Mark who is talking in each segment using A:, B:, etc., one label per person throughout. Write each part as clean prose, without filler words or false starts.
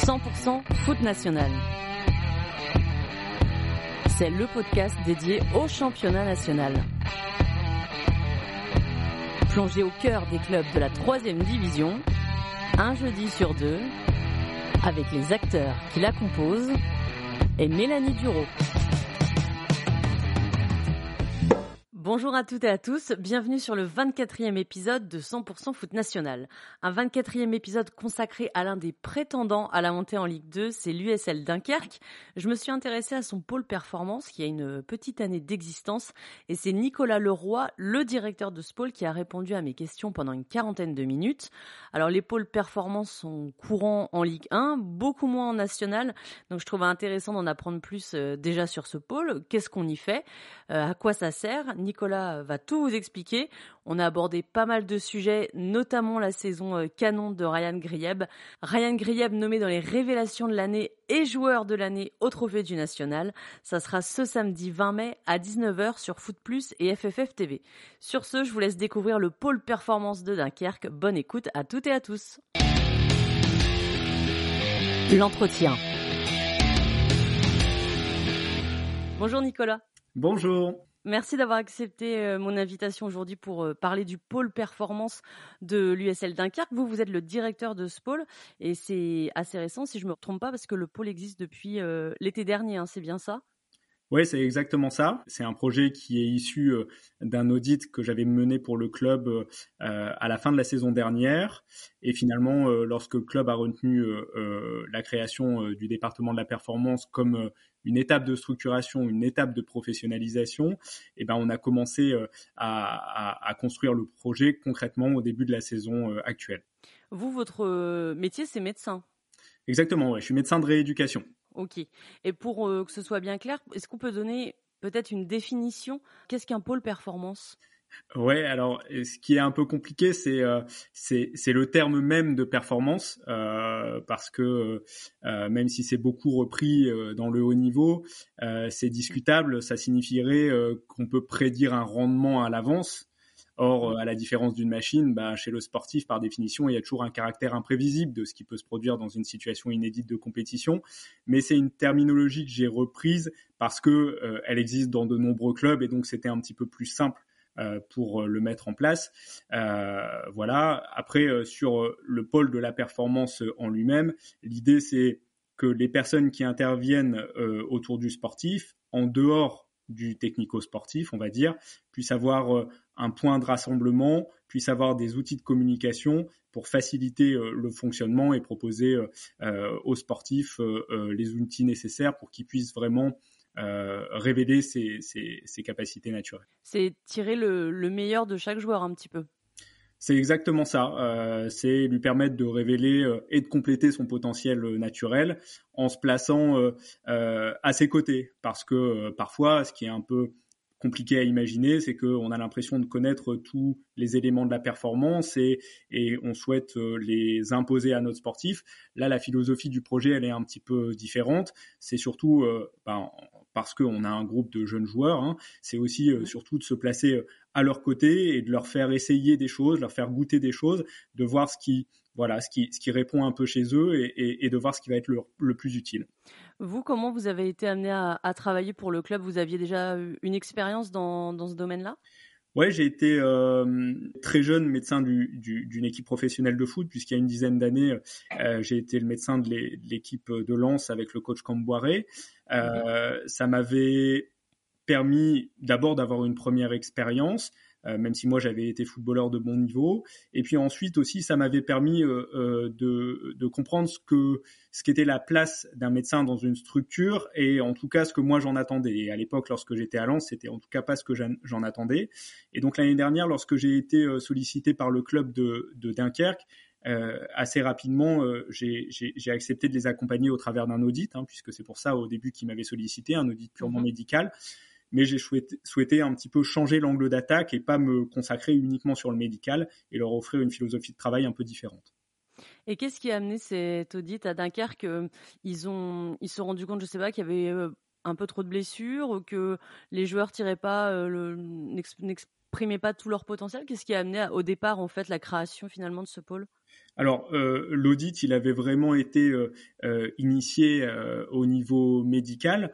A: 100% foot national. C'est le podcast dédié au championnat national. Plongé au cœur des clubs de la 3e division, un jeudi sur deux, avec les acteurs qui la composent et Mélanie Duro. Bonjour à toutes et à tous, bienvenue sur le 24e épisode de 100% foot national. Un 24e épisode consacré à l'un des prétendants à la montée en Ligue 2, c'est l'USL Dunkerque. Je me suis intéressée à son pôle performance qui a une petite année d'existence et c'est Nicolas Leroy, le directeur de ce pôle, qui a répondu à mes questions pendant une quarantaine de minutes. Alors les pôles performance sont courants en Ligue 1, beaucoup moins en national, donc je trouve intéressant d'en apprendre plus déjà sur ce pôle. Qu'est-ce qu'on y fait, à quoi ça sert? Nicolas va tout vous expliquer. On a abordé pas mal de sujets, notamment la saison canon de Ryan Grieb. Ryan Grieb nommé dans les révélations de l'année et joueur de l'année au Trophée du National. Ça sera ce samedi 20 mai à 19h sur Foot Plus et FFF TV. Sur ce, je vous laisse découvrir le pôle performance de Dunkerque. Bonne écoute à toutes et à tous. L'entretien. Bonjour Nicolas.
B: Bonjour.
A: Merci d'avoir accepté mon invitation aujourd'hui pour parler du pôle performance de l'USL Dunkerque. Vous êtes le directeur de ce pôle et c'est assez récent si je ne me trompe pas parce que le pôle existe depuis l'été dernier, c'est bien ça ?
B: Oui, c'est exactement ça. C'est un projet qui est issu d'un audit que j'avais mené pour le club à la fin de la saison dernière. Et finalement, lorsque le club a retenu la création du département de la performance comme une étape de structuration, une étape de professionnalisation, et ben on a commencé à construire le projet concrètement au début de la saison actuelle.
A: Vous, votre métier, c'est médecin ?
B: Exactement, ouais. Je suis médecin de rééducation.
A: Ok. Et pour que ce soit bien clair, est-ce qu'on peut donner peut-être une définition ? Qu'est-ce qu'un pôle performance ?
B: Ouais, alors ce qui est un peu compliqué, c'est le terme même de performance, parce que même si c'est beaucoup repris dans le haut niveau, c'est discutable. Ça signifierait qu'on peut prédire un rendement à l'avance. Or, à la différence d'une machine, chez le sportif, par définition, il y a toujours un caractère imprévisible de ce qui peut se produire dans une situation inédite de compétition. Mais c'est une terminologie que j'ai reprise parce que elle existe dans de nombreux clubs et donc c'était un petit peu plus simple pour le mettre en place. Voilà. Après, sur le pôle de la performance en lui-même, l'idée c'est que les personnes qui interviennent autour du sportif, en dehors du technico-sportif, on va dire, puissent avoir un point de rassemblement, puissent avoir des outils de communication pour faciliter le fonctionnement et proposer aux sportifs les outils nécessaires pour qu'ils puissent vraiment révéler ses capacités naturelles.
A: C'est tirer le meilleur de chaque joueur un petit peu.
B: C'est exactement ça. C'est lui permettre de révéler et de compléter son potentiel naturel en se plaçant à ses côtés. Parce que parfois, ce qui est un peu compliqué à imaginer, c'est qu'on a l'impression de connaître tous les éléments de la performance et on souhaite les imposer à notre sportif. Là, la philosophie du projet, elle est un petit peu différente. C'est surtout parce qu'on a un groupe de jeunes joueurs, c'est aussi surtout de se placer à leur côté et de leur faire essayer des choses, leur faire goûter des choses, de voir ce qui répond un peu chez eux et de voir ce qui va être le plus utile.
A: Vous, comment vous avez été amené à travailler pour le club ? Vous aviez déjà une expérience dans ce domaine-là ?
B: Ouais, j'ai été très jeune médecin d'une équipe professionnelle de foot, puisqu'il y a une dizaine d'années, j'ai été le médecin de l'équipe de Lens avec le coach Camboiré. Ça m'avait permis d'abord d'avoir une première expérience, même si moi j'avais été footballeur de bon niveau, et puis ensuite aussi ça m'avait permis de comprendre ce qu'était la place d'un médecin dans une structure et en tout cas ce que moi j'en attendais. Et à l'époque, lorsque j'étais à Lens, c'était en tout cas pas ce que j'en attendais. Et donc l'année dernière, lorsque j'ai été sollicité par le club de Dunkerque, assez rapidement, j'ai accepté de les accompagner au travers d'un audit, puisque c'est pour ça au début qu'ils m'avaient sollicité, un audit purement médical. Mais j'ai souhaité un petit peu changer l'angle d'attaque et pas me consacrer uniquement sur le médical et leur offrir une philosophie de travail un peu différente.
A: Et qu'est-ce qui a amené cet audit à Dunkerque ? Ils se sont rendus compte, je sais pas, qu'il y avait un peu trop de blessures, que les joueurs n'exprimaient pas tout leur potentiel. Qu'est-ce qui a amené au départ en fait la création finalement de ce pôle ?
B: Alors, l'audit, il avait vraiment été initié au niveau médical.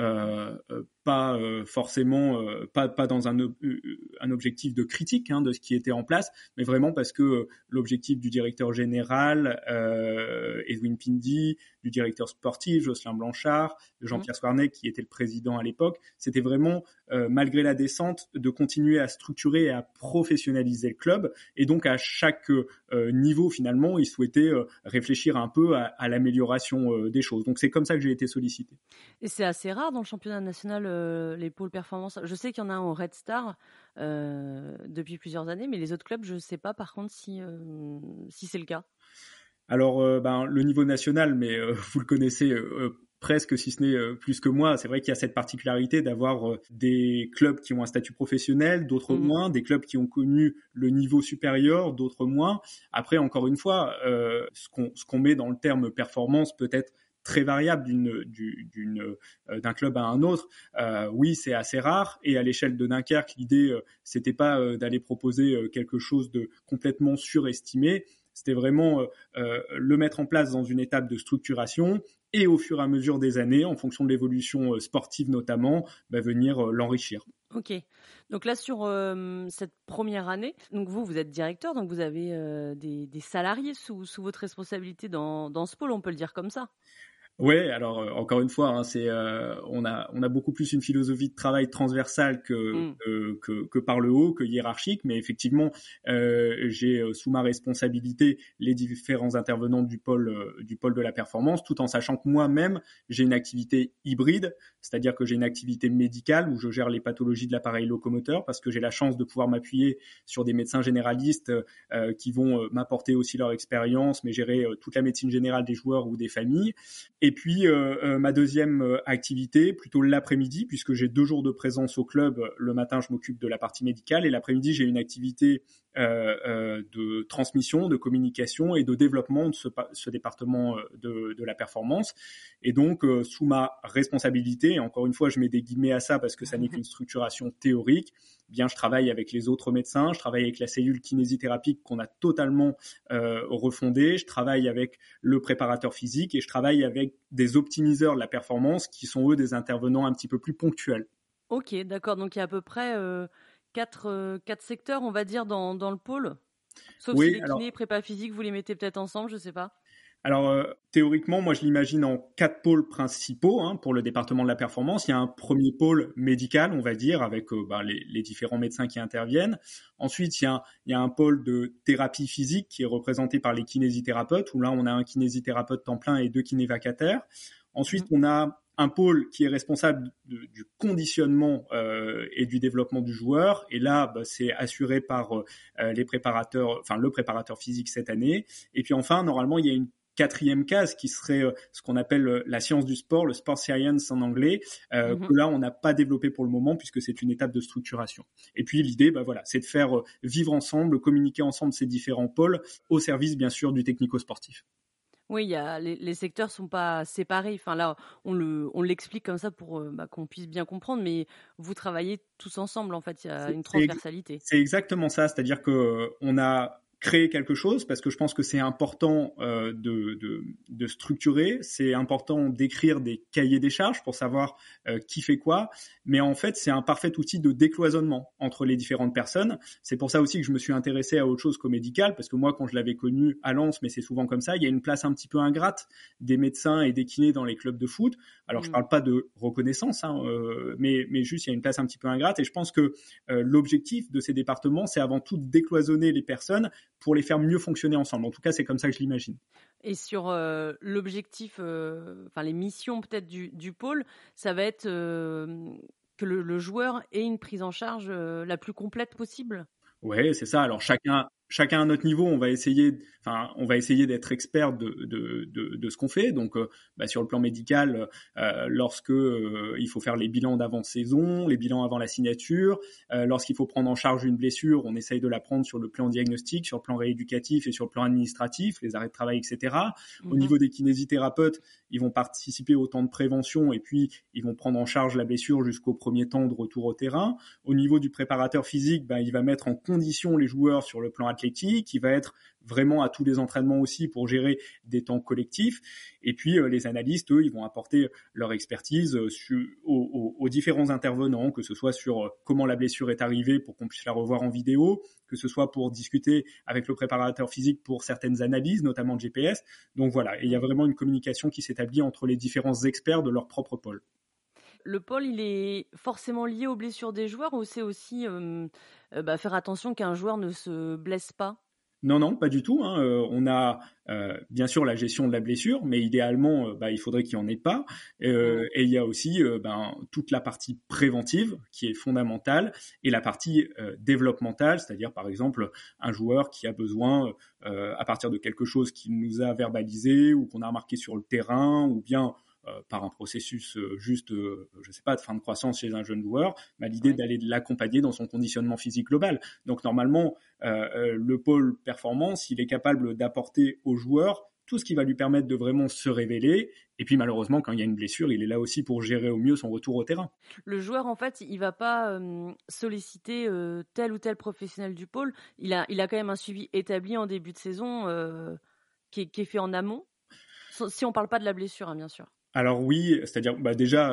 B: Pas forcément pas dans un objectif de critique de ce qui était en place, mais vraiment parce que l'objectif du directeur général Edwin Pindy, du directeur sportif Jocelyn Blanchard, de Jean-Pierre Swarneck qui était le président à l'époque, c'était vraiment malgré la descente de continuer à structurer et à professionnaliser le club, et donc à chaque niveau finalement il souhaitait réfléchir un peu à l'amélioration des choses. Donc c'est comme ça que j'ai été sollicité.
A: Et c'est assez rare dans le championnat national, les pôles performance. Je sais qu'il y en a un au Red Star depuis plusieurs années, mais les autres clubs, je ne sais pas par contre si c'est le cas.
B: Alors, le niveau national, mais vous le connaissez presque, si ce n'est plus que moi. C'est vrai qu'il y a cette particularité d'avoir des clubs qui ont un statut professionnel, d'autres moins, des clubs qui ont connu le niveau supérieur, d'autres moins. Après, encore une fois, ce qu'on met dans le terme performance peut être très variable d'un club à un autre. Oui, c'est assez rare. Et à l'échelle de Dunkerque, l'idée, c'était pas d'aller proposer quelque chose de complètement surestimé. C'était vraiment le mettre en place dans une étape de structuration et au fur et à mesure des années, en fonction de l'évolution sportive notamment, venir l'enrichir.
A: Ok. Donc là, sur cette première année, donc vous êtes directeur, donc vous avez des salariés sous votre responsabilité dans ce pôle, on peut le dire comme ça.
B: Ouais, alors encore une fois, on a beaucoup plus une philosophie de travail transversale que par le haut, que hiérarchique, mais effectivement, j'ai sous ma responsabilité les différents intervenants du pôle de la performance, tout en sachant que moi-même j'ai une activité hybride, c'est-à-dire que j'ai une activité médicale où je gère les pathologies de l'appareil locomoteur, parce que j'ai la chance de pouvoir m'appuyer sur des médecins généralistes qui vont m'apporter aussi leur expérience, mais gérer toute la médecine générale des joueurs ou des familles. Et puis ma deuxième activité, plutôt l'après-midi, puisque j'ai 2 jours de présence au club. Le matin, je m'occupe de la partie médicale, et l'après-midi, j'ai une activité de transmission, de communication et de développement de ce département de la performance. Et donc, sous ma responsabilité, et encore une fois, je mets des guillemets à ça parce que ça n'est qu'une structuration théorique, bien, je travaille avec les autres médecins, je travaille avec la cellule kinésithérapie qu'on a totalement refondée, je travaille avec le préparateur physique et je travaille avec des optimiseurs de la performance qui sont eux des intervenants un petit peu plus ponctuels.
A: Ok, d'accord. Donc il y a à peu près 4 secteurs, on va dire, dans le pôle. Sauf si les kinés, prépa physique, vous les mettez peut-être ensemble, je sais pas.
B: Alors, théoriquement, moi, je l'imagine en 4 pôles principaux pour le département de la performance. Il y a un premier pôle médical, on va dire, avec les différents médecins qui interviennent. Ensuite, il y a un pôle de thérapie physique qui est représenté par les kinésithérapeutes, où là, on a un kinésithérapeute temps plein et 2 kinés vacataires. Ensuite, on a un pôle qui est responsable du conditionnement et du développement du joueur. Et là, c'est assuré par les préparateurs, enfin le préparateur physique cette année. Et puis enfin, normalement, il y a une 4e case qui serait ce qu'on appelle la science du sport, le sport science en anglais, que là on n'a pas développé pour le moment puisque c'est une étape de structuration. Et puis l'idée, c'est de faire vivre ensemble, communiquer ensemble ces différents pôles au service bien sûr du technico-sportif.
A: Oui, les secteurs sont pas séparés. Enfin là, on l'explique comme ça pour qu'on puisse bien comprendre, mais vous travaillez tous ensemble en fait. Il y a une transversalité.
B: C'est exactement ça, c'est-à-dire que on a créer quelque chose parce que je pense que c'est important de structurer, c'est important d'écrire des cahiers des charges pour savoir qui fait quoi, mais en fait c'est un parfait outil de décloisonnement entre les différentes personnes. C'est pour ça aussi que je me suis intéressé à autre chose qu'au médical, parce que moi quand je l'avais connu à Lens, mais c'est souvent comme ça, il y a une place un petit peu ingrate des médecins et des kinés dans les clubs de foot. Alors je parle pas de reconnaissance, mais juste il y a une place un petit peu ingrate, et je pense que l'objectif de ces départements c'est avant tout de décloisonner les personnes pour les faire mieux fonctionner ensemble. En tout cas, c'est comme ça que je l'imagine.
A: Et sur l'objectif, les missions peut-être du pôle, ça va être que le joueur ait une prise en charge la plus complète possible.
B: Ouais, c'est ça. Alors chacun à notre niveau, on va essayer d'être expert de ce qu'on fait. Donc, sur le plan médical, lorsque il faut faire les bilans d'avant-saison, les bilans avant la signature, lorsqu'il faut prendre en charge une blessure, on essaye de la prendre sur le plan diagnostic, sur le plan rééducatif et sur le plan administratif, les arrêts de travail, etc. Au niveau des kinésithérapeutes, ils vont participer au temps de prévention et puis ils vont prendre en charge la blessure jusqu'au premier temps de retour au terrain. Au niveau du préparateur physique, il va mettre en condition les joueurs sur le plan athlétique athlétique, qui va être vraiment à tous les entraînements aussi pour gérer des temps collectifs. Et puis les analystes, eux, ils vont apporter leur expertise aux différents intervenants, que ce soit sur comment la blessure est arrivée pour qu'on puisse la revoir en vidéo, que ce soit pour discuter avec le préparateur physique pour certaines analyses, notamment de GPS. Donc voilà, et il y a vraiment une communication qui s'établit entre les différents experts de leur propre pôle.
A: Le pôle, il est forcément lié aux blessures des joueurs ou c'est aussi faire attention qu'un joueur ne se blesse pas?
B: Non, pas du tout. On a bien sûr la gestion de la blessure, mais idéalement, il faudrait qu'il n'y en ait pas. Et il y a aussi toute la partie préventive qui est fondamentale et la partie développementale, c'est-à-dire par exemple un joueur qui a besoin, à partir de quelque chose qu'il nous a verbalisé ou qu'on a remarqué sur le terrain, ou bien par un processus je sais pas, de fin de croissance chez un jeune joueur, l'idée d'aller l'accompagner dans son conditionnement physique global. Donc normalement, le pôle performance, il est capable d'apporter au joueur tout ce qui va lui permettre de vraiment se révéler. Et puis malheureusement, quand il y a une blessure, il est là aussi pour gérer au mieux son retour au terrain.
A: Le joueur, en fait, il va pas solliciter tel ou tel professionnel du pôle. Il a quand même un suivi établi en début de saison qui est fait en amont. Si on parle pas de la blessure, hein, bien sûr.
B: Alors oui, c'est-à-dire déjà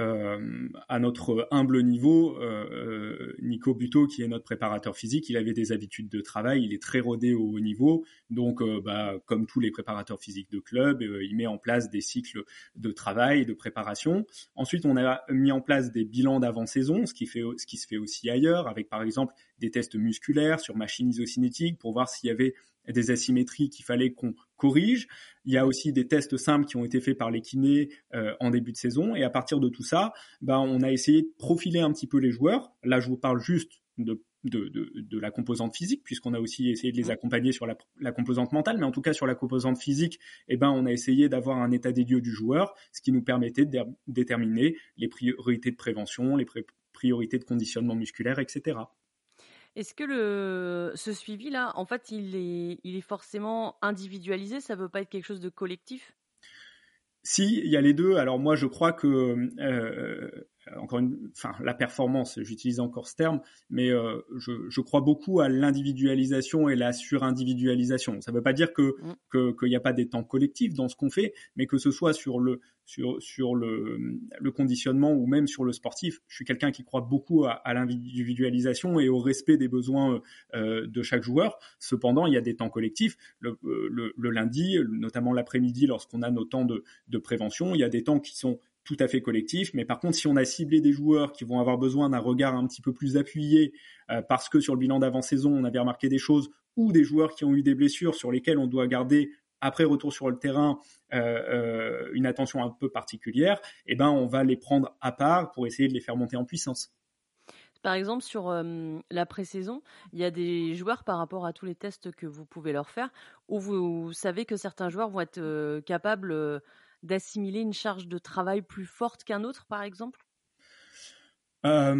B: à notre humble niveau, Nico Buteau, qui est notre préparateur physique, il avait des habitudes de travail, il est très rodé au haut niveau, donc comme tous les préparateurs physiques de club, il met en place des cycles de travail, de préparation. Ensuite, on a mis en place des bilans d'avant-saison, ce qui se fait aussi ailleurs, avec par exemple des tests musculaires sur machine isocinétique pour voir s'il y avait des asymétries qu'il fallait qu'on corrige. Il y a aussi des tests simples qui ont été faits par les kinés en début de saison. Et à partir de tout ça, on a essayé de profiler un petit peu les joueurs. Là, je vous parle juste de la composante physique, puisqu'on a aussi essayé de les accompagner sur la composante mentale. Mais en tout cas, sur la composante physique, on a essayé d'avoir un état des lieux du joueur, ce qui nous permettait de déterminer les priorités de prévention, les priorités de conditionnement musculaire, etc.
A: Est-ce que ce suivi-là, en fait, il est forcément individualisé? Ça ne veut pas être quelque chose de collectif?
B: Si, il y a les deux. Alors moi, je crois que la performance, j'utilise encore ce terme, mais je crois beaucoup à l'individualisation et la surindividualisation. Ça ne veut pas dire qu'il n'y a pas des temps collectifs dans ce qu'on fait, mais que ce soit sur le conditionnement ou même sur le sportif. Je suis quelqu'un qui croit beaucoup à l'individualisation et au respect des besoins de chaque joueur. Cependant, il y a des temps collectifs. Le lundi, notamment l'après-midi, lorsqu'on a nos temps de prévention, il y a des temps qui sont tout à fait collectif, mais par contre, si on a ciblé des joueurs qui vont avoir besoin d'un regard un petit peu plus appuyé, parce que sur le bilan d'avant-saison, on avait remarqué des choses, ou des joueurs qui ont eu des blessures sur lesquelles on doit garder, après retour sur le terrain, une attention un peu particulière, on va les prendre à part pour essayer de les faire monter en puissance.
A: Par exemple, sur la pré-saison, il y a des joueurs, par rapport à tous les tests que vous pouvez leur faire, où vous savez que certains joueurs vont être capables d'assimiler une charge de travail plus forte qu'un autre, par exemple?
B: Alors,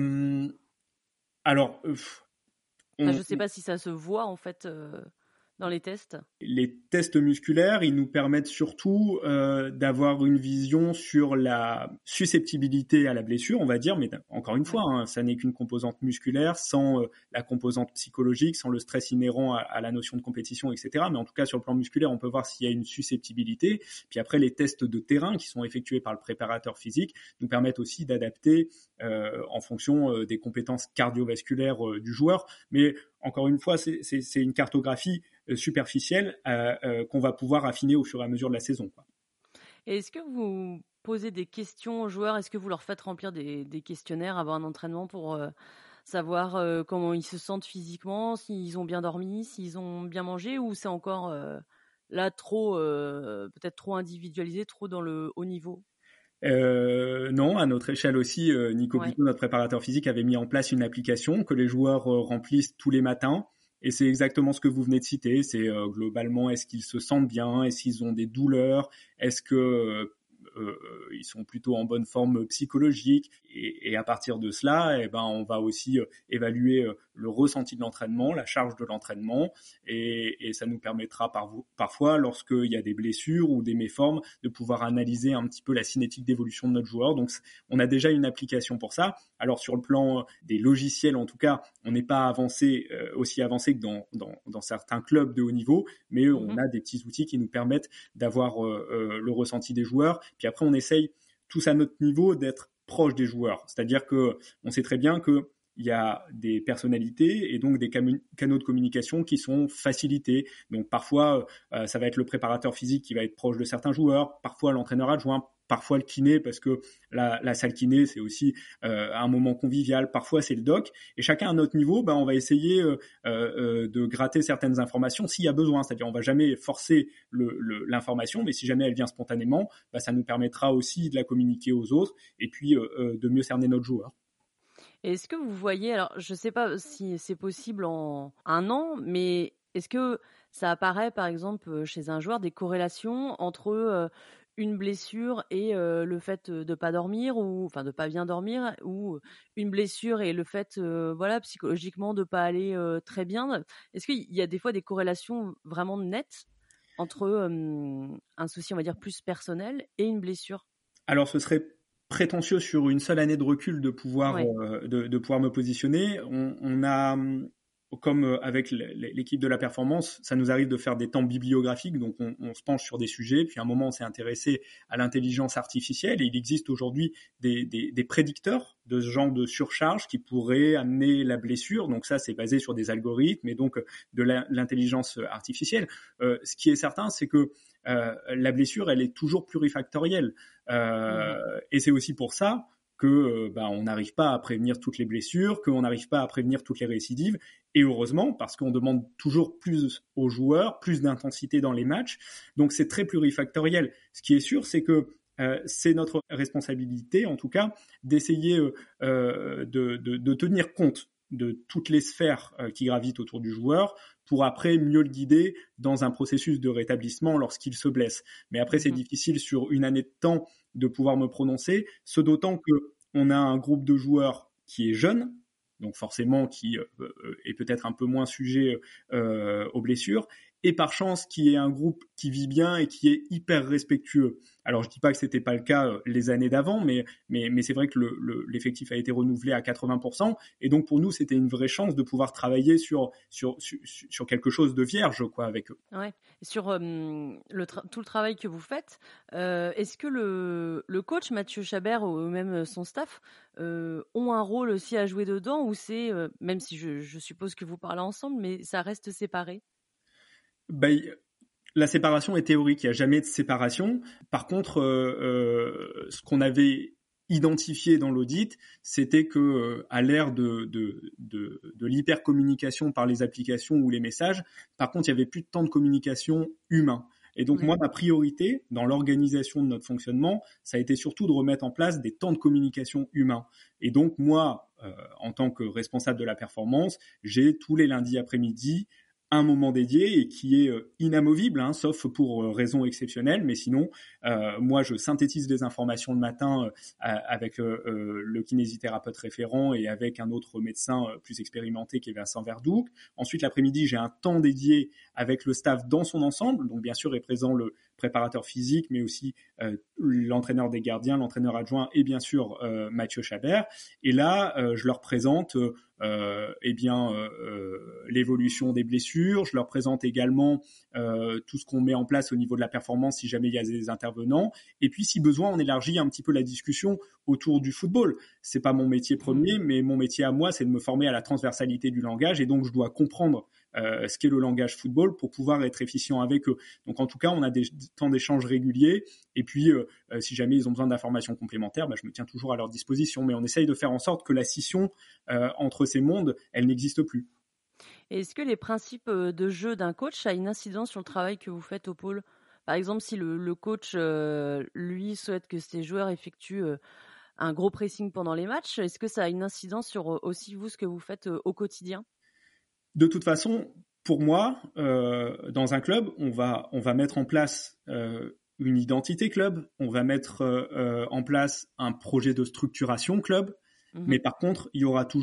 A: je ne sais pas si ça se voit, en fait, dans les tests.
B: Les tests musculaires, ils nous permettent surtout d'avoir une vision sur la susceptibilité à la blessure, on va dire, mais encore une fois, ça n'est qu'une composante musculaire sans la composante psychologique, sans le stress inhérent à la notion de compétition, etc. Mais en tout cas, sur le plan musculaire, on peut voir s'il y a une susceptibilité. Puis après, les tests de terrain qui sont effectués par le préparateur physique nous permettent aussi d'adapter en fonction des compétences cardiovasculaires du joueur. Mais encore une fois, c'est une cartographie superficielle qu'on va pouvoir affiner au fur et à mesure de la saison, quoi.
A: Et est-ce que vous posez des questions aux joueurs? Est-ce que vous leur faites remplir des questionnaires avant un entraînement pour savoir comment ils se sentent physiquement, s'ils ont bien dormi, s'ils ont bien mangé, ou c'est encore là peut-être trop individualisé, trop dans le haut niveau?
B: Non, à notre échelle aussi, Nico Buteau, notre préparateur physique, avait mis en place une application que les joueurs remplissent tous les matins. Et c'est exactement ce que vous venez de citer. C'est globalement, est-ce qu'ils se sentent bien? Est-ce qu'ils ont des douleurs? Est-ce que ils sont plutôt en bonne forme psychologique? Et à partir de cela, on va aussi évaluer le ressenti de l'entraînement, la charge de l'entraînement, et ça nous permettra parfois, lorsqu'il y a des blessures ou des méformes, de pouvoir analyser un petit peu la cinétique d'évolution de notre joueur. Donc, on a déjà une application pour ça. Alors, sur le plan des logiciels, en tout cas, on n'est pas aussi avancé que dans certains clubs de haut niveau, mais on a des petits outils qui nous permettent d'avoir le ressenti des joueurs. Puis après, on essaye tous à notre niveau d'être proche des joueurs. C'est-à-dire que on sait très bien que il y a des personnalités et donc des canaux de communication qui sont facilités. Donc parfois, ça va être le préparateur physique qui va être proche de certains joueurs, parfois l'entraîneur adjoint, parfois le kiné, parce que la salle kiné, c'est aussi un moment convivial, parfois c'est le doc. Et chacun à notre niveau, on va essayer de gratter certaines informations s'il y a besoin. C'est-à-dire on va jamais forcer l'information, mais si jamais elle vient spontanément, ça nous permettra aussi de la communiquer aux autres et puis de mieux cerner notre joueur.
A: Est-ce que vous voyez, alors je ne sais pas si c'est possible en un an, mais est-ce que ça apparaît par exemple chez un joueur des corrélations entre une blessure et le fait de pas dormir ou enfin de pas bien dormir, ou une blessure et le fait psychologiquement de pas aller très bien? Est-ce qu'il y a des fois des corrélations vraiment nettes entre un souci, on va dire, plus personnel et une blessure?
B: Alors ce serait prétentieux sur une seule année de recul de pouvoir
A: Ouais.
B: de pouvoir me positionner. On a, comme avec l'équipe de la performance, ça nous arrive de faire des temps bibliographiques, donc on se penche sur des sujets. Puis à un moment, on s'est intéressé à l'intelligence artificielle, et il existe aujourd'hui des prédicteurs de ce genre de surcharge qui pourraient amener la blessure. Donc ça, c'est basé sur des algorithmes et donc de l'intelligence artificielle. Ce qui est certain, c'est que la blessure, elle est toujours plurifactorielle. Et c'est aussi pour ça que on n'arrive pas à prévenir toutes les blessures, qu'on n'arrive pas à prévenir toutes les récidives. Et heureusement, parce qu'on demande toujours plus aux joueurs, plus d'intensité dans les matchs. Donc c'est très plurifactoriel. Ce qui est sûr, c'est que c'est notre responsabilité, en tout cas, d'essayer de tenir compte de toutes les sphères qui gravitent autour du joueur pour après mieux le guider dans un processus de rétablissement lorsqu'il se blesse. Mais après, c'est difficile sur une année de temps de pouvoir me prononcer, ce d'autant qu'on a un groupe de joueurs qui est jeune, donc forcément qui est peut-être un peu moins sujet aux blessures, et par chance qui est un groupe qui vit bien et qui est hyper respectueux. Alors je dis pas que c'était pas le cas les années d'avant, mais c'est vrai que l'effectif a été renouvelé à 80%, et donc pour nous c'était une vraie chance de pouvoir travailler sur quelque chose de vierge avec eux.
A: Ouais. Sur tout le travail que vous faites, est-ce que le coach Mathieu Chabert ou même son staff ont un rôle aussi à jouer dedans, ou c'est, même si je suppose que vous parlez ensemble, mais ça reste séparé?
B: La séparation est théorique, il n'y a jamais de séparation. Par contre, ce qu'on avait identifié dans l'audit, c'était que à l'ère de l'hypercommunication par les applications ou les messages, par contre, il n'y avait plus de temps de communication humain. Et donc moi, ma priorité dans l'organisation de notre fonctionnement, ça a été surtout de remettre en place des temps de communication humains. Et donc moi, en tant que responsable de la performance, j'ai tous les lundis après-midi un moment dédié et qui est inamovible, sauf pour raisons exceptionnelles. Mais sinon, moi, je synthétise les informations le matin avec le kinésithérapeute référent et avec un autre médecin plus expérimenté qui est Vincent Verdouc. Ensuite, l'après-midi, j'ai un temps dédié avec le staff dans son ensemble. Donc, bien sûr, est présent le préparateur physique, mais aussi l'entraîneur des gardiens, l'entraîneur adjoint et bien sûr Mathieu Chabert. Et là, je leur présente l'évolution des blessures. Je leur présente également tout ce qu'on met en place au niveau de la performance si jamais il y a des intervenants. Et puis, si besoin, on élargit un petit peu la discussion autour du football. C'est pas mon métier premier, mais mon métier à moi, c'est de me former à la transversalité du langage, et donc je dois comprendre ce qu'est le langage football pour pouvoir être efficient avec eux. Donc en tout cas, on a des temps d'échange réguliers, et puis si jamais ils ont besoin d'informations complémentaires, je me tiens toujours à leur disposition, mais on essaye de faire en sorte que la scission entre ces mondes, elle n'existe plus.
A: Et est-ce que les principes de jeu d'un coach a une incidence sur le travail que vous faites au pôle? Par exemple, si le coach, lui, souhaite que ses joueurs effectuent un gros pressing pendant les matchs, est-ce que ça a une incidence sur aussi vous, ce que vous faites au quotidien?
B: De toute façon, pour moi, dans un club, on va mettre en place une identité club, on va mettre en place un projet de structuration club, mais par contre, il y aura toujours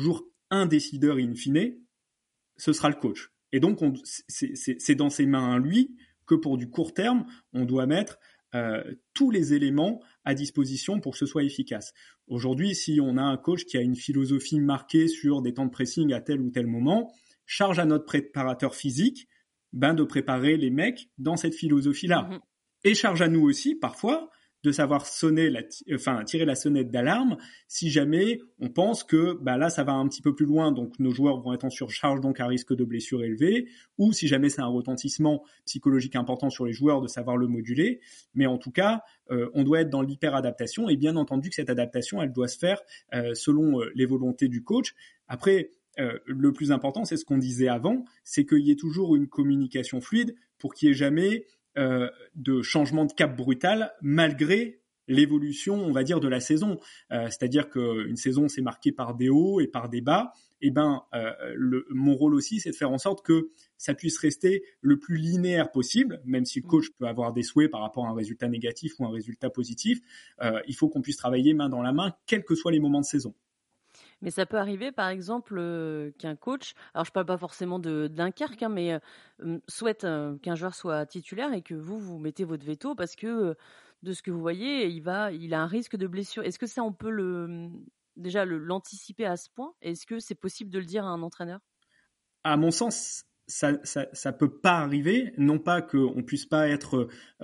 B: un décideur in fine, ce sera le coach. Et donc, c'est dans ses mains à lui que pour du court terme, on doit mettre tous les éléments à disposition pour que ce soit efficace. Aujourd'hui, si on a un coach qui a une philosophie marquée sur des temps de pressing à tel ou tel moment, charge à notre préparateur physique de préparer les mecs dans cette philosophie-là. Mmh. Et charge à nous aussi, parfois, de savoir tirer la sonnette d'alarme si jamais on pense que là ça va un petit peu plus loin, donc nos joueurs vont être en surcharge, donc à risque de blessure élevé, ou si jamais c'est un retentissement psychologique important sur les joueurs, de savoir le moduler. Mais en tout cas, on doit être dans l'hyper-adaptation, et bien entendu que cette adaptation, elle doit se faire selon les volontés du coach. Après, le plus important, c'est ce qu'on disait avant, c'est qu'il y ait toujours une communication fluide pour qu'il n'y ait jamais de changement de cap brutal malgré l'évolution, on va dire, de la saison. C'est-à-dire qu'une saison, c'est marqué par des hauts et par des bas. Et mon rôle aussi, c'est de faire en sorte que ça puisse rester le plus linéaire possible, même si le coach peut avoir des souhaits par rapport à un résultat négatif ou un résultat positif. Il faut qu'on puisse travailler main dans la main, quels que soient les moments de saison.
A: Mais ça peut arriver, par exemple, qu'un coach, alors je parle pas forcément de Dunkerque, mais souhaite qu'un joueur soit titulaire et que vous mettez votre veto parce que de ce que vous voyez, il a un risque de blessure. Est-ce que ça, on peut l'anticiper à ce point? Est-ce que c'est possible de le dire à un entraîneur?
B: À mon sens, ça peut pas arriver, non pas qu'on puisse pas être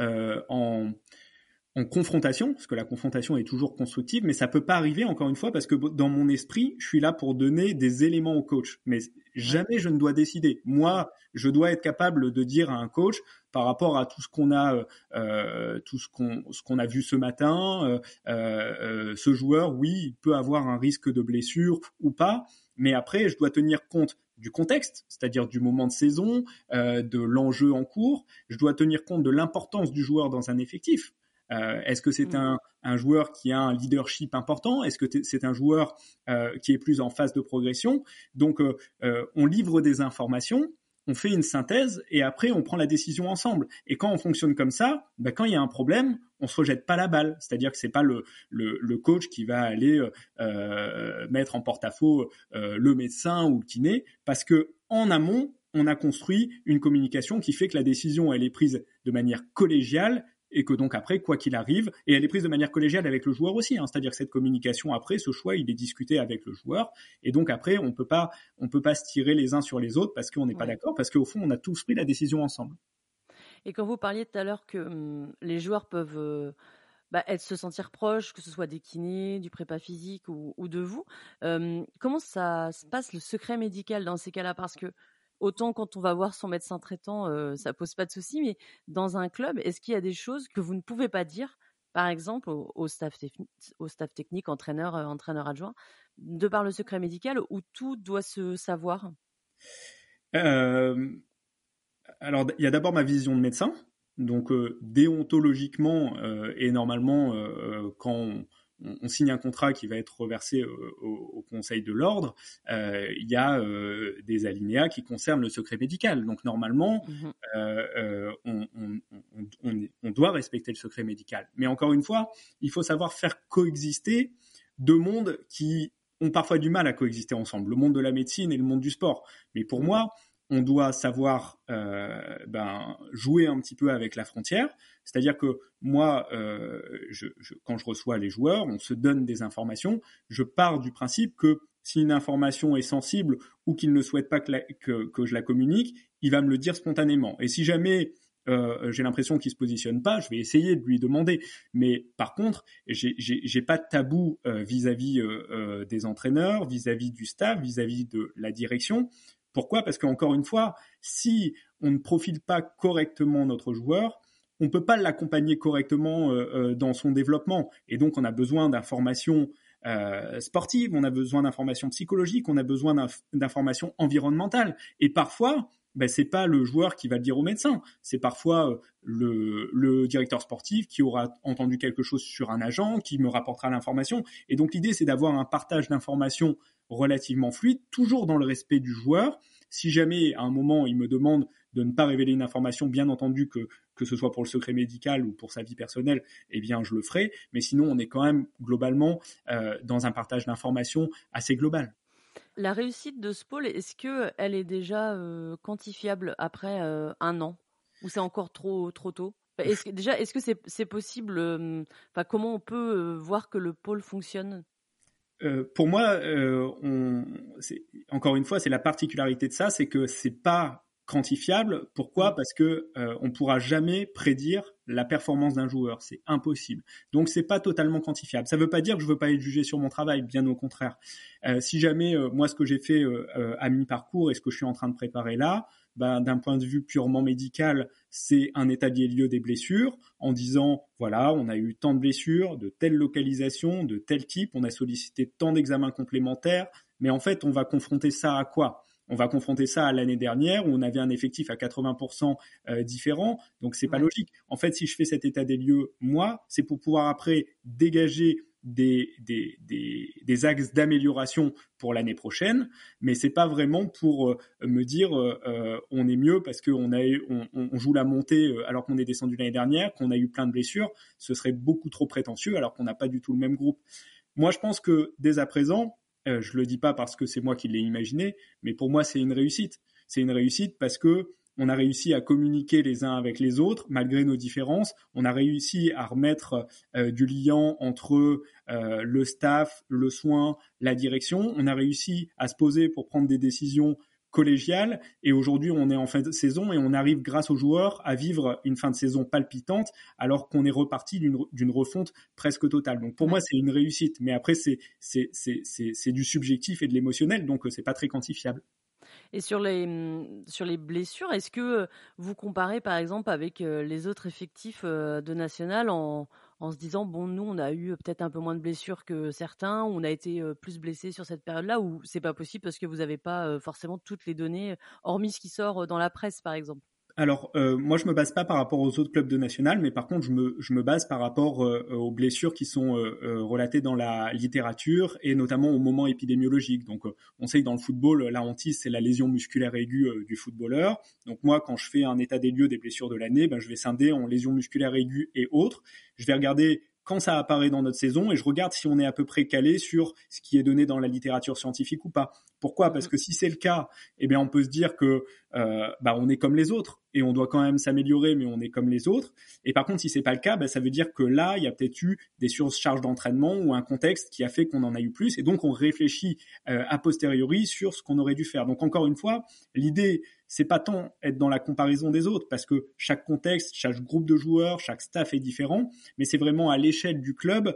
B: en confrontation, parce que la confrontation est toujours constructive, mais ça peut pas arriver, encore une fois, parce que dans mon esprit, je suis là pour donner des éléments au coach. Mais jamais je ne dois décider. Moi, je dois être capable de dire à un coach, par rapport à tout ce qu'on a, ce qu'on a vu ce matin, ce joueur, oui, il peut avoir un risque de blessure ou pas, mais après, je dois tenir compte du contexte, c'est-à-dire du moment de saison, de l'enjeu en cours. Je dois tenir compte de l'importance du joueur dans un effectif. Est-ce que c'est un joueur qui a un leadership important? Est-ce que c'est un joueur qui est plus en phase de progression? Donc, on livre des informations, on fait une synthèse et après, on prend la décision ensemble. Et quand on fonctionne comme ça, quand il y a un problème, on se rejette pas la balle. C'est-à-dire que c'est pas le coach qui va aller mettre en porte-à-faux le médecin ou le kiné, parce que en amont, on a construit une communication qui fait que la décision, elle est prise de manière collégiale, et que donc après, quoi qu'il arrive, et elle est prise de manière collégiale avec le joueur aussi, c'est-à-dire que cette communication après, ce choix, il est discuté avec le joueur, et donc après, on peut pas se tirer les uns sur les autres parce qu'on n'est pas d'accord, parce qu'au fond, on a tous pris la décision ensemble.
A: Et quand vous parliez tout à l'heure que les joueurs peuvent se sentir proches, que ce soit des kinés, du prépa physique ou de vous, comment ça se passe le secret médical dans ces cas-là? Parce que autant quand on va voir son médecin traitant, ça pose pas de souci, mais dans un club, est-ce qu'il y a des choses que vous ne pouvez pas dire, par exemple au staff technique, entraîneur adjoint, de par le secret médical, où tout doit se savoir?
B: Alors, il y a d'abord ma vision de médecin. Donc, déontologiquement et normalement, quand on signe un contrat qui va être reversé au Conseil de l'Ordre, il y a des alinéas qui concernent le secret médical. Donc normalement, on doit respecter le secret médical. Mais encore une fois, il faut savoir faire coexister deux mondes qui ont parfois du mal à coexister ensemble, le monde de la médecine et le monde du sport. Mais pour moi, on doit savoir jouer un petit peu avec la frontière. C'est-à-dire que moi, quand je reçois les joueurs, on se donne des informations. Je pars du principe que si une information est sensible ou qu'il ne souhaite pas que je la communique, il va me le dire spontanément. Et si jamais j'ai l'impression qu'il se positionne pas, je vais essayer de lui demander. Mais par contre, j'ai pas de tabou vis-à-vis des entraîneurs, vis-à-vis du staff, vis-à-vis de la direction. Pourquoi ? Parce qu'encore une fois, si on ne profile pas correctement notre joueur, on ne peut pas l'accompagner correctement dans son développement. Et donc, on a besoin d'informations sportives, on a besoin d'informations psychologiques, on a besoin d'informations environnementales. Et parfois, c'est pas le joueur qui va le dire au médecin, c'est parfois le directeur sportif qui aura entendu quelque chose sur un agent, qui me rapportera l'information. Et donc, l'idée, c'est d'avoir un partage d'informations relativement fluide, toujours dans le respect du joueur. Si jamais, à un moment, il me demande de ne pas révéler une information, bien entendu que ce soit pour le secret médical ou pour sa vie personnelle, eh bien, je le ferai. Mais sinon, on est quand même globalement dans un partage d'informations assez global.
A: La réussite de ce pôle, est-ce que elle est déjà quantifiable après un an, ou c'est encore trop tôt? Est-ce que c'est possible? Enfin, comment on peut voir que le pôle fonctionne?
B: Pour moi, encore une fois, c'est la particularité de ça, c'est que c'est pas quantifiable. Pourquoi?
A: Mm.
B: Parce que on pourra jamais prédire la performance d'un joueur, c'est impossible. Donc c'est pas totalement quantifiable. Ça veut pas dire que je veux pas être jugé sur mon travail, bien au contraire. Si jamais moi ce que j'ai fait à mi-parcours et ce que je suis en train de préparer là, ben, d'un point de vue purement médical, c'est un état des lieux des blessures, en disant, voilà, on a eu tant de blessures, de telle localisation, de tel type, on a sollicité tant d'examens complémentaires, mais en fait, on va confronter ça à quoi? On va confronter ça à l'année dernière où on avait un effectif à 80% différent, donc c'est pas
A: Ouais.
B: logique. En fait, si je fais cet état des lieux, moi, c'est pour pouvoir après dégager des axes d'amélioration pour l'année prochaine, mais c'est pas vraiment pour me dire on est mieux parce qu'on on joue la montée alors qu'on est descendu l'année dernière, qu'on a eu plein de blessures. Ce serait beaucoup trop prétentieux alors qu'on n'a pas du tout le même groupe. Moi, je pense que dès à présent, je le dis pas parce que c'est moi qui l'ai imaginé, mais pour moi, c'est une réussite. C'est une réussite parce que on a réussi à communiquer les uns avec les autres malgré nos différences. On a réussi à remettre du lien entre le staff, le soin, la direction. On a réussi à se poser pour prendre des décisions collégiales. Et aujourd'hui, on est en fin de saison et on arrive, grâce aux joueurs, à vivre une fin de saison palpitante alors qu'on est reparti d'une refonte presque totale. Donc pour moi,
A: Ouais.
B: c'est une réussite. Mais après, c'est du subjectif et de l'émotionnel, donc c'est pas très quantifiable.
A: Et sur les blessures, est-ce que vous comparez par exemple avec les autres effectifs de national en se disant, bon, nous on a eu peut-être un peu moins de blessures que certains, ou on a été plus blessés sur cette période-là, ou c'est pas possible parce que vous n'avez pas forcément toutes les données, hormis ce qui sort dans la presse par exemple?
B: Alors, moi, je me base pas par rapport aux autres clubs de national, mais par contre, je me base par rapport aux blessures qui sont relatées dans la littérature et notamment au moment épidémiologique. Donc, on sait que dans le football, la hantise, c'est la lésion musculaire aiguë du footballeur. Donc, moi, quand je fais un état des lieux des blessures de l'année, ben, je vais scinder en lésions musculaires aiguës et autres. Je vais regarder quand ça apparaît dans notre saison et je regarde si on est à peu près calé sur ce qui est donné dans la littérature scientifique ou pas. Pourquoi? Parce
A: Mhm.
B: que si c'est le cas, eh bien, on peut se dire que bah, on est comme les autres et on doit quand même s'améliorer, mais on est comme les autres. Et par contre, si c'est pas le cas, bah, ça veut dire que là, il y a peut-être eu des surcharges d'entraînement ou un contexte qui a fait qu'on en a eu plus. Et donc, on réfléchit a posteriori sur ce qu'on aurait dû faire. Donc, encore une fois, l'idée, c'est pas tant être dans la comparaison des autres, parce que chaque contexte, chaque groupe de joueurs, chaque staff est différent, mais c'est vraiment à l'échelle du club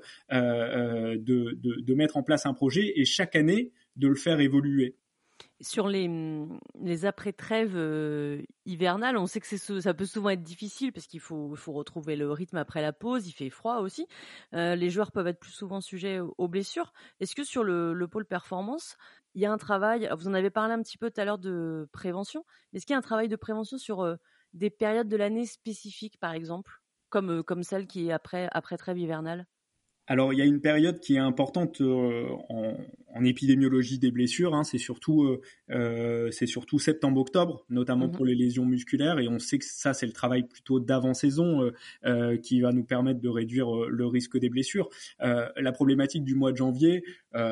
B: de mettre en place un projet et chaque année de le faire évoluer.
A: Sur les après-trêves hivernales, on sait que ça peut souvent être difficile parce faut retrouver le rythme après la pause, il fait froid aussi. Les joueurs peuvent être plus souvent sujets aux blessures. Est-ce que sur le pôle performance, il y a un travail, vous en avez parlé un petit peu tout à l'heure de prévention, est-ce qu'il y a un travail de prévention sur des périodes de l'année spécifiques, par exemple, comme celle qui est après trêve hivernale?
B: Alors, il y a une période qui est importante en épidémiologie des blessures. Hein, c'est surtout septembre-octobre, notamment
A: Mhm.
B: pour les lésions musculaires. Et on sait que ça, c'est le travail plutôt d'avant-saison qui va nous permettre de réduire le risque des blessures. La problématique du mois de janvier,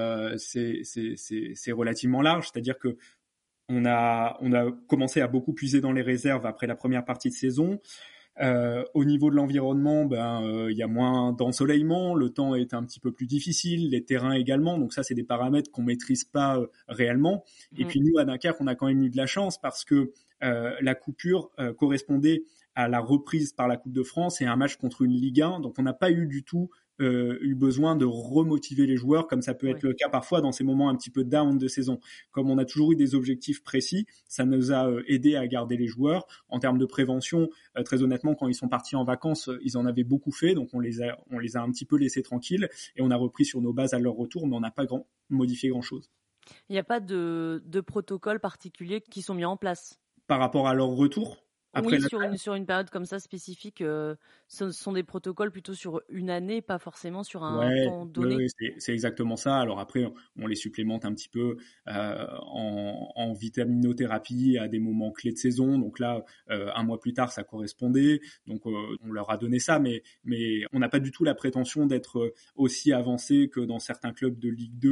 B: c'est relativement large. C'est-à-dire que on a commencé à beaucoup puiser dans les réserves après la première partie de saison. Au niveau de l'environnement, il y a moins d'ensoleillement, le temps est un petit peu plus difficile, les terrains également. Donc ça, c'est des paramètres qu'on maîtrise pas réellement. Et
A: Mhm.
B: puis nous, à Dunkerque, on a quand même eu de la chance parce que la coupure correspondait à la reprise par la Coupe de France et à un match contre une Ligue 1. Donc on n'a pas eu du tout eu besoin de remotiver les joueurs comme ça peut être
A: Ouais.
B: le cas parfois dans ces moments un petit peu down de saison. Comme on a toujours eu des objectifs précis, ça nous a aidé à garder les joueurs. En termes de prévention, très honnêtement, quand ils sont partis en vacances, ils en avaient beaucoup fait, donc on les a un petit peu laissés tranquilles et on a repris sur nos bases à leur retour, mais on n'a pas modifié grand-chose.
A: Il n'y a pas de protocole particulier qui sont mis en place?
B: Par rapport à leur retour, après
A: Oui,
B: la...
A: sur une période comme ça spécifique, ce sont des protocoles plutôt sur une année, pas forcément sur un
B: Ouais,
A: temps
B: ouais,
A: donné.
B: ouais, c'est exactement ça. Alors après, on les supplémente un petit peu en vitaminothérapie à des moments clés de saison. Donc là, un mois plus tard, ça correspondait. Donc on leur a donné ça, mais on n'a pas du tout la prétention d'être aussi avancé que dans certains clubs de Ligue 2,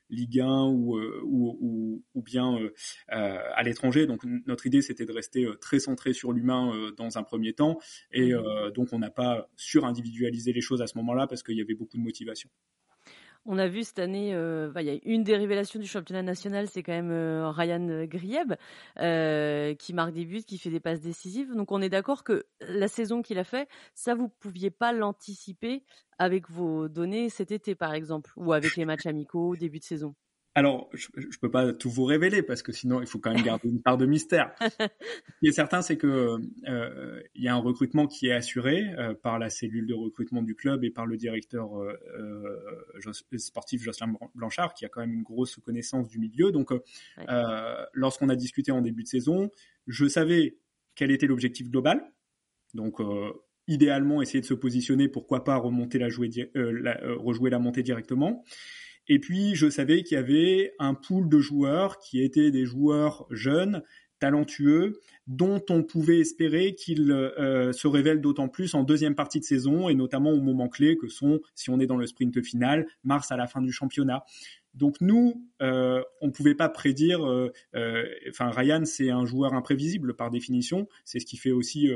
B: Ligue 1 ou bien à l'étranger. Donc notre idée c'était de rester très centré sur l'humain dans un premier temps et donc on n'a pas surindividualisé les choses à ce moment-là parce qu'il y avait beaucoup de motivation.
A: On a vu cette année, il y a une des révélations du championnat national, c'est quand même Ryan Grieb, qui marque des buts, qui fait des passes décisives. Donc on est d'accord que la saison qu'il a fait, ça vous pouviez pas l'anticiper avec vos données cet été par exemple, ou avec les matchs amicaux début de saison.
B: Alors, je peux pas tout vous révéler parce que sinon il faut quand même garder une part de mystère. Ce qui est certain, c'est que il y a un recrutement qui est assuré par la cellule de recrutement du club et par le directeur sportif Jocelyn Blanchard, qui a quand même une grosse connaissance du milieu. Donc, lorsqu'on a discuté en début de saison, je savais quel était l'objectif global. Donc, idéalement, essayer de se positionner, pourquoi pas rejouer la montée directement. Et puis, je savais qu'il y avait un pool de joueurs qui étaient des joueurs jeunes, talentueux, dont on pouvait espérer qu'ils se révèlent d'autant plus en deuxième partie de saison, et notamment au moment clé que sont, si on est dans le sprint final, mars à la fin du championnat. Donc nous, on pouvait pas prédire. Ryan, c'est un joueur imprévisible par définition. C'est ce qui fait aussi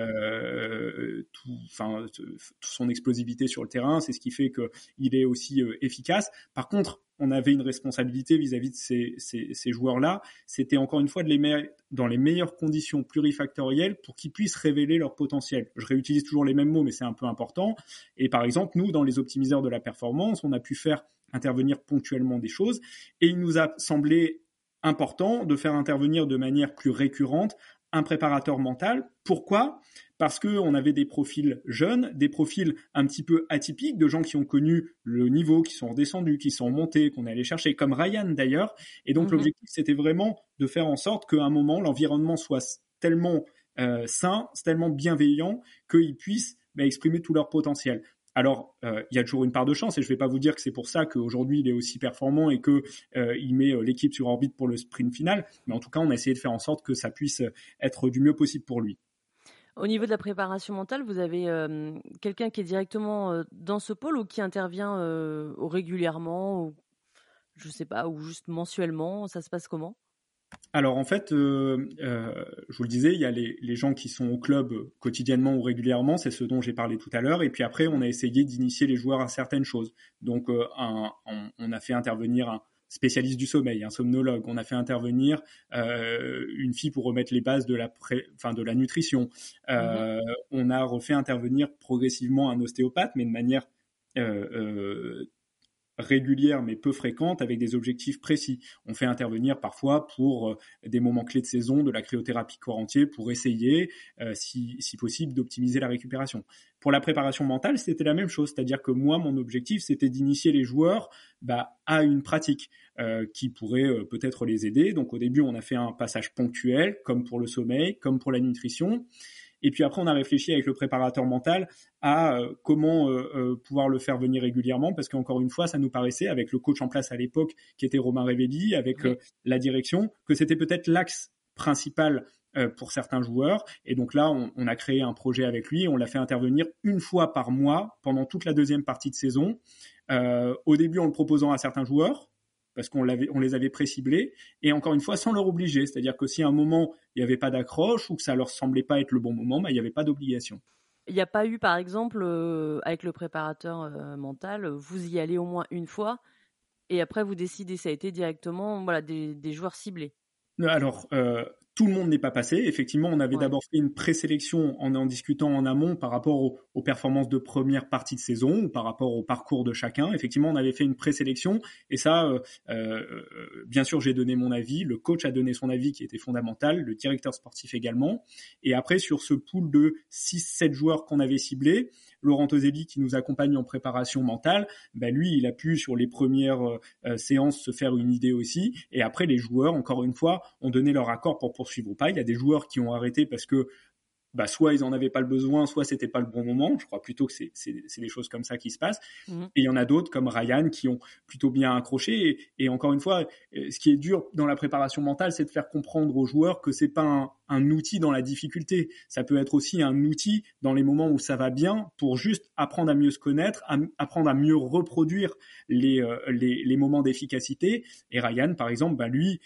B: toute son explosivité sur le terrain. C'est ce qui fait qu'il est aussi efficace. Par contre, on avait une responsabilité vis-à-vis de ces joueurs-là. C'était encore une fois de les mettre dans les meilleures conditions plurifactorielles pour qu'ils puissent révéler leur potentiel. Je réutilise toujours les mêmes mots, mais c'est un peu important. Et par exemple, nous, dans les optimiseurs de la performance, on a pu faire intervenir ponctuellement des choses et il nous a semblé important de faire intervenir de manière plus récurrente un préparateur mental. Pourquoi ? Parce qu'on avait des profils jeunes, des profils un petit peu atypiques, de gens qui ont connu le niveau, qui sont redescendus, qui sont montés, qu'on est allé chercher, comme Ryan d'ailleurs. Et donc l'objectif, c'était vraiment de faire en sorte qu'à un moment, l'environnement soit tellement sain, tellement bienveillant, qu'ils puissent exprimer tout leur potentiel. Alors, il y a toujours une part de chance et je ne vais pas vous dire que c'est pour ça qu'aujourd'hui il est aussi performant et qu'il met l'équipe sur orbite pour le sprint final, mais en tout cas on a essayé de faire en sorte que ça puisse être du mieux possible pour lui.
A: Au niveau de la préparation mentale, vous avez quelqu'un qui est directement dans ce pôle ou qui intervient régulièrement, ou, je sais pas, ou juste mensuellement, ça se passe comment ?
B: Alors en fait, je vous le disais, il y a les gens qui sont au club quotidiennement ou régulièrement, c'est ce dont j'ai parlé tout à l'heure, et puis après on a essayé d'initier les joueurs à certaines choses. Donc on a fait intervenir un spécialiste du sommeil, un somnologue, on a fait intervenir une fille pour remettre les bases de la nutrition. On a refait intervenir progressivement un ostéopathe, mais de manière régulière mais peu fréquente avec des objectifs précis. On fait intervenir parfois pour des moments clés de saison de la cryothérapie corps entier pour essayer, si possible, d'optimiser la récupération. Pour la préparation mentale, c'était la même chose, c'est-à-dire que moi, mon objectif, c'était d'initier les joueurs à une pratique qui pourrait peut-être les aider. Donc au début, on a fait un passage ponctuel, comme pour le sommeil, comme pour la nutrition. Et puis après, on a réfléchi avec le préparateur mental à comment pouvoir le faire venir régulièrement, parce qu'encore une fois, ça nous paraissait, avec le coach en place à l'époque, qui était Romain Révelli, avec la direction, que c'était peut-être l'axe principal pour certains joueurs. Et donc là, on a créé un projet avec lui, on l'a fait intervenir une fois par mois pendant toute la deuxième partie de saison. Au début, en le proposant à certains joueurs, parce qu'on les avait pré-ciblés, et encore une fois, sans leur obliger. C'est-à-dire que si à un moment, il n'y avait pas d'accroche ou que ça leur semblait pas être le bon moment, il n'y avait pas d'obligation.
A: Il n'y a pas eu, par exemple, avec le préparateur mental, vous y allez au moins une fois, et après vous décidez, ça a été directement des joueurs ciblés.
B: Alors, tout le monde n'est pas passé. Effectivement, on avait d'abord fait une présélection en discutant en amont par rapport aux performances de première partie de saison ou par rapport au parcours de chacun. Effectivement, on avait fait une présélection et ça, bien sûr, j'ai donné mon avis. Le coach a donné son avis qui était fondamental, le directeur sportif également. Et après, sur ce pool de 6-7 joueurs qu'on avait ciblés, Laurent Toselli, qui nous accompagne en préparation mentale, lui, il a pu, sur les premières séances, se faire une idée aussi. Et après, les joueurs, encore une fois, ont donné leur accord pour poursuivre ou pas. Il y a des joueurs qui ont arrêté parce que soit ils n'en avaient pas le besoin, soit c'était pas le bon moment. Je crois plutôt que c'est des choses comme ça qui se passent. Et il y en a d'autres, comme Ryan, qui ont plutôt bien accroché. Et encore une fois, ce qui est dur dans la préparation mentale, c'est de faire comprendre aux joueurs que c'est pas un outil dans la difficulté. Ça peut être aussi un outil dans les moments où ça va bien pour juste apprendre à mieux se connaître, apprendre à mieux reproduire les moments d'efficacité. Et Ryan, par exemple, lui,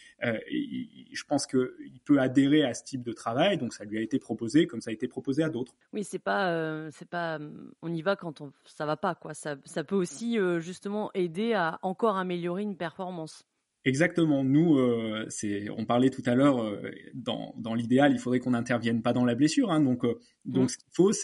B: je pense qu'il peut adhérer à ce type de travail, donc ça lui a été proposé comme ça a été proposé à d'autres.
A: Oui, c'est pas, on y va quand ça va pas, quoi. Ça peut aussi justement aider à encore améliorer une performance.
B: Exactement. Nous, on parlait tout à l'heure, dans l'idéal, il faudrait qu'on n'intervienne pas dans la blessure. Hein, donc, ce qu'il faut,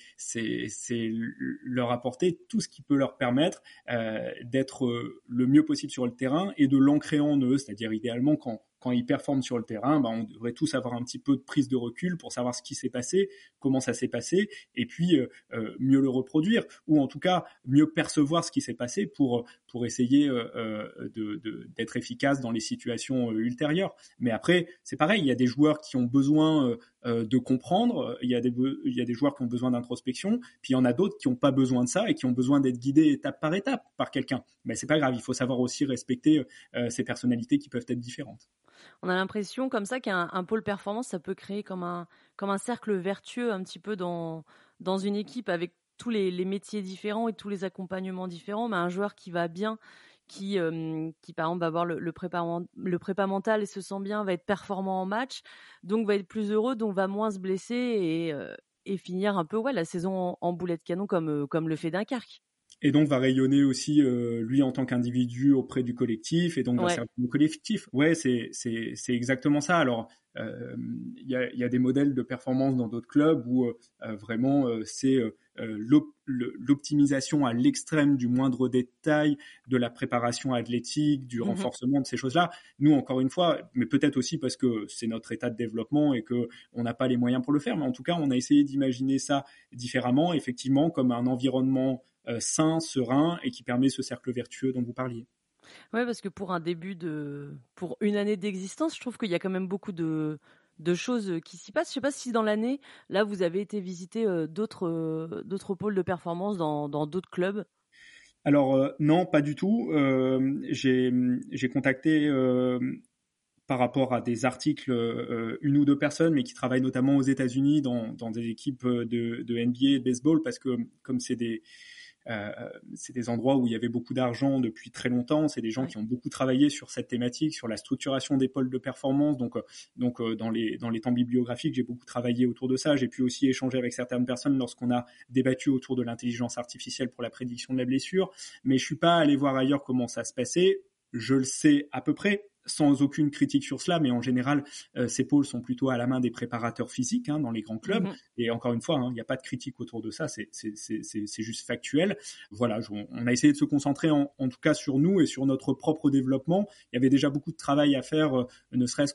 B: c'est leur apporter tout ce qui peut leur permettre d'être le mieux possible sur le terrain et de l'ancrer en eux. C'est-à-dire, idéalement, quand ils performent sur le terrain, on devrait tous avoir un petit peu de prise de recul pour savoir ce qui s'est passé, comment ça s'est passé, et puis mieux le reproduire, ou en tout cas mieux percevoir ce qui s'est passé pour essayer d'être efficace dans les situations ultérieures. Mais après, c'est pareil, il y a des joueurs qui ont besoin de comprendre, il y a des joueurs qui ont besoin d'introspection, puis il y en a d'autres qui n'ont pas besoin de ça et qui ont besoin d'être guidés étape par étape par quelqu'un. Mais c'est pas grave, il faut savoir aussi respecter ces personnalités qui peuvent être différentes.
A: On a l'impression comme ça qu'un pôle performance, ça peut créer comme un cercle vertueux un petit peu dans une équipe avec tous les métiers différents et tous les accompagnements différents. Mais un joueur qui va bien, qui par exemple va avoir le prépa mental et se sent bien, va être performant en match, donc va être plus heureux, donc va moins se blesser et finir un peu la saison en boulet de canon comme le fait Dunkerque.
B: Et donc va rayonner aussi lui en tant qu'individu auprès du collectif et donc va servir le collectif. Ouais, c'est exactement ça. Alors il y a des modèles de performance dans d'autres clubs où vraiment c'est l'optimisation à l'extrême du moindre détail, de la préparation athlétique, du renforcement de ces choses-là. Nous, encore une fois, mais peut-être aussi parce que c'est notre état de développement et que on n'a pas les moyens pour le faire, mais en tout cas, on a essayé d'imaginer ça différemment, effectivement, comme un environnement sain, serein et qui permet ce cercle vertueux dont vous parliez.
A: Ouais, parce que pour une année d'existence, je trouve qu'il y a quand même beaucoup de choses qui s'y passent. Je sais pas si dans l'année, là, vous avez été visiter d'autres pôles de performance dans d'autres clubs.
B: Alors non, pas du tout. J'ai contacté par rapport à des articles une ou deux personnes, mais qui travaillent notamment aux États-Unis dans des équipes de NBA et de baseball, parce que comme c'est des endroits où il y avait beaucoup d'argent depuis très longtemps. C'est des gens qui ont beaucoup travaillé sur cette thématique, sur la structuration des pôles de performance. Donc dans les temps bibliographiques, j'ai beaucoup travaillé autour de ça. J'ai pu aussi échanger avec certaines personnes lorsqu'on a débattu autour de l'intelligence artificielle pour la prédiction de la blessure. Mais je suis pas allé voir ailleurs comment ça se passait. Je le sais à peu près, sans aucune critique sur cela, mais en général, ces pôles sont plutôt à la main des préparateurs physiques dans les grands clubs. Et encore une fois, il n'y a pas de critique autour de ça, c'est juste factuel. Voilà, on a essayé de se concentrer en tout cas sur nous et sur notre propre développement. Il y avait déjà beaucoup de travail à faire, ne serait-ce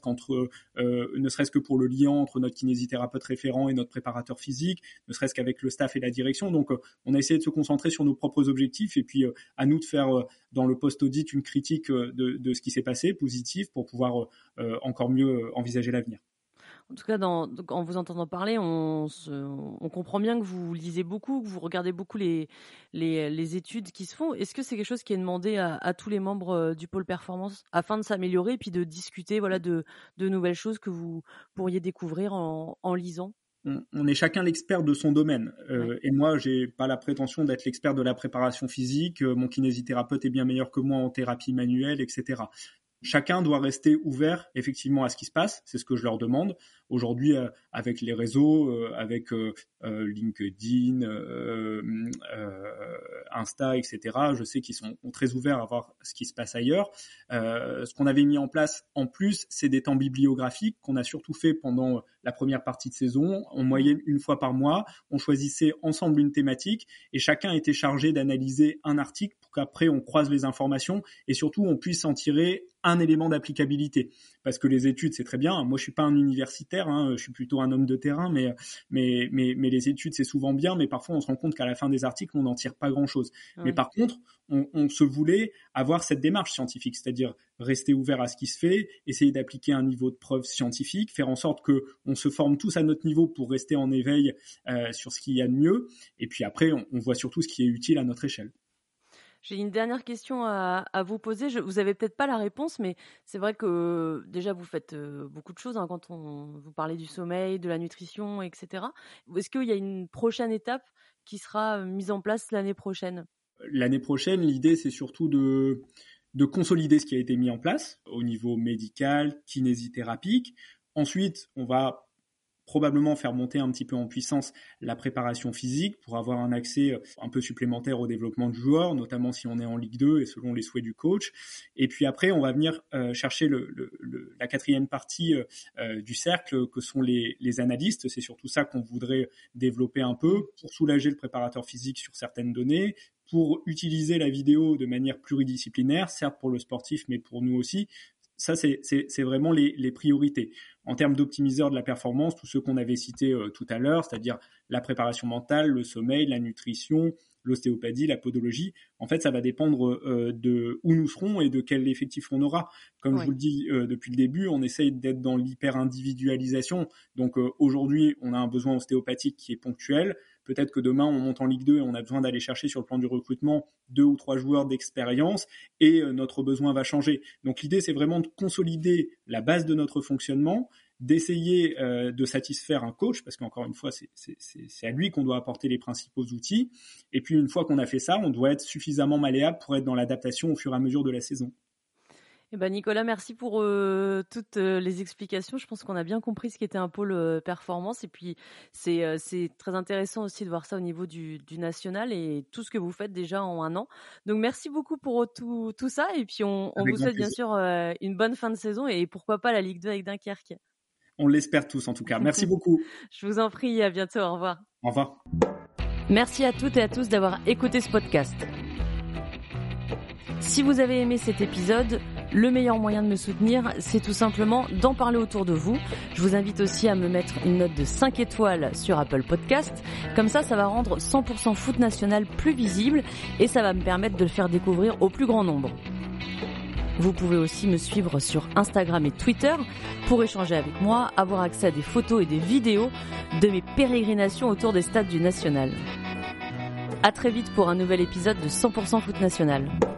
B: que pour le lien entre notre kinésithérapeute référent et notre préparateur physique, ne serait-ce qu'avec le staff et la direction. Donc, on a essayé de se concentrer sur nos propres objectifs et puis à nous de faire dans le post-audit une critique de ce qui s'est passé, positif, pour pouvoir encore mieux envisager l'avenir.
A: En tout cas, en vous entendant parler, on comprend bien que vous lisez beaucoup, que vous regardez beaucoup les études qui se font. Est-ce que c'est quelque chose qui est demandé à tous les membres du pôle performance afin de s'améliorer et puis de discuter de nouvelles choses que vous pourriez découvrir en lisant?
B: On est chacun l'expert de son domaine. Et moi, j'ai pas la prétention d'être l'expert de la préparation physique. Mon kinésithérapeute est bien meilleur que moi en thérapie manuelle, etc. Chacun doit rester ouvert effectivement à ce qui se passe, c'est ce que je leur demande. Aujourd'hui, avec les réseaux, avec LinkedIn, Insta, etc., je sais qu'ils sont très ouverts à voir ce qui se passe ailleurs. Ce qu'on avait mis en place en plus, c'est des temps bibliographiques qu'on a surtout fait pendant la première partie de saison, en moyenne une fois par mois. On choisissait ensemble une thématique et chacun était chargé d'analyser un article pour qu'après on croise les informations et surtout on puisse en tirer un élément d'applicabilité. Parce que les études, c'est très bien. Moi, je suis pas un universitaire, je suis plutôt un homme de terrain, mais les études, c'est souvent bien, mais parfois, on se rend compte qu'à la fin des articles, on n'en tire pas grand-chose. Oui. Mais par contre, on se voulait avoir cette démarche scientifique, c'est-à-dire rester ouvert à ce qui se fait, essayer d'appliquer un niveau de preuve scientifique, faire en sorte que on se forme tous à notre niveau pour rester en éveil sur ce qu'il y a de mieux, et puis après, on voit surtout ce qui est utile à notre échelle.
A: J'ai une dernière question à vous poser. Vous avez peut-être pas la réponse, mais c'est vrai que déjà vous faites beaucoup de choses quand vous parlez du sommeil, de la nutrition, etc. Est-ce qu'il y a une prochaine étape qui sera mise en place l'année prochaine?
B: L'année prochaine, l'idée, c'est surtout de consolider ce qui a été mis en place au niveau médical, kinésithérapique. Ensuite, on va probablement faire monter un petit peu en puissance la préparation physique pour avoir un accès un peu supplémentaire au développement du joueur, notamment si on est en Ligue 2 et selon les souhaits du coach. Et puis après, on va venir chercher la quatrième partie du cercle, que sont les analystes. C'est surtout ça qu'on voudrait développer un peu pour soulager le préparateur physique sur certaines données, pour utiliser la vidéo de manière pluridisciplinaire, certes pour le sportif, mais pour nous aussi. Ça, c'est vraiment les priorités. En termes d'optimiseurs de la performance, tous ceux qu'on avait cités tout à l'heure, c'est-à-dire la préparation mentale, le sommeil, la nutrition, l'ostéopathie, la podologie, en fait, ça va dépendre de où nous serons et de quel effectif on aura. Comme je vous le dis depuis le début, on essaye d'être dans l'hyper-individualisation. Donc aujourd'hui, on a un besoin ostéopathique qui est ponctuel. Peut-être que demain, on monte en Ligue 2 et on a besoin d'aller chercher sur le plan du recrutement 2 ou 3 joueurs d'expérience et notre besoin va changer. Donc l'idée, c'est vraiment de consolider la base de notre fonctionnement, d'essayer de satisfaire un coach, parce qu'encore une fois, c'est à lui qu'on doit apporter les principaux outils. Et puis une fois qu'on a fait ça, on doit être suffisamment malléable pour être dans l'adaptation au fur et à mesure de la saison.
A: Nicolas, merci pour toutes les explications. Je pense qu'on a bien compris ce qu'était un pôle performance. Et puis, c'est très intéressant aussi de voir ça au niveau du national et tout ce que vous faites déjà en 1 an. Donc, merci beaucoup pour tout ça. Et puis, on vous souhaite bien sûr une bonne fin de saison et pourquoi pas la Ligue 2 avec Dunkerque.
B: On l'espère tous en tout cas. Merci beaucoup.
A: Je vous en prie. À bientôt. Au revoir.
B: Au revoir.
A: Merci à toutes et à tous d'avoir écouté ce podcast. Si vous avez aimé cet épisode, le meilleur moyen de me soutenir, c'est tout simplement d'en parler autour de vous. Je vous invite aussi à me mettre une note de 5 étoiles sur Apple Podcast. Comme ça va rendre 100% Foot National plus visible et ça va me permettre de le faire découvrir au plus grand nombre. Vous pouvez aussi me suivre sur Instagram et Twitter pour échanger avec moi, avoir accès à des photos et des vidéos de mes pérégrinations autour des stades du National. À très vite pour un nouvel épisode de 100% Foot National.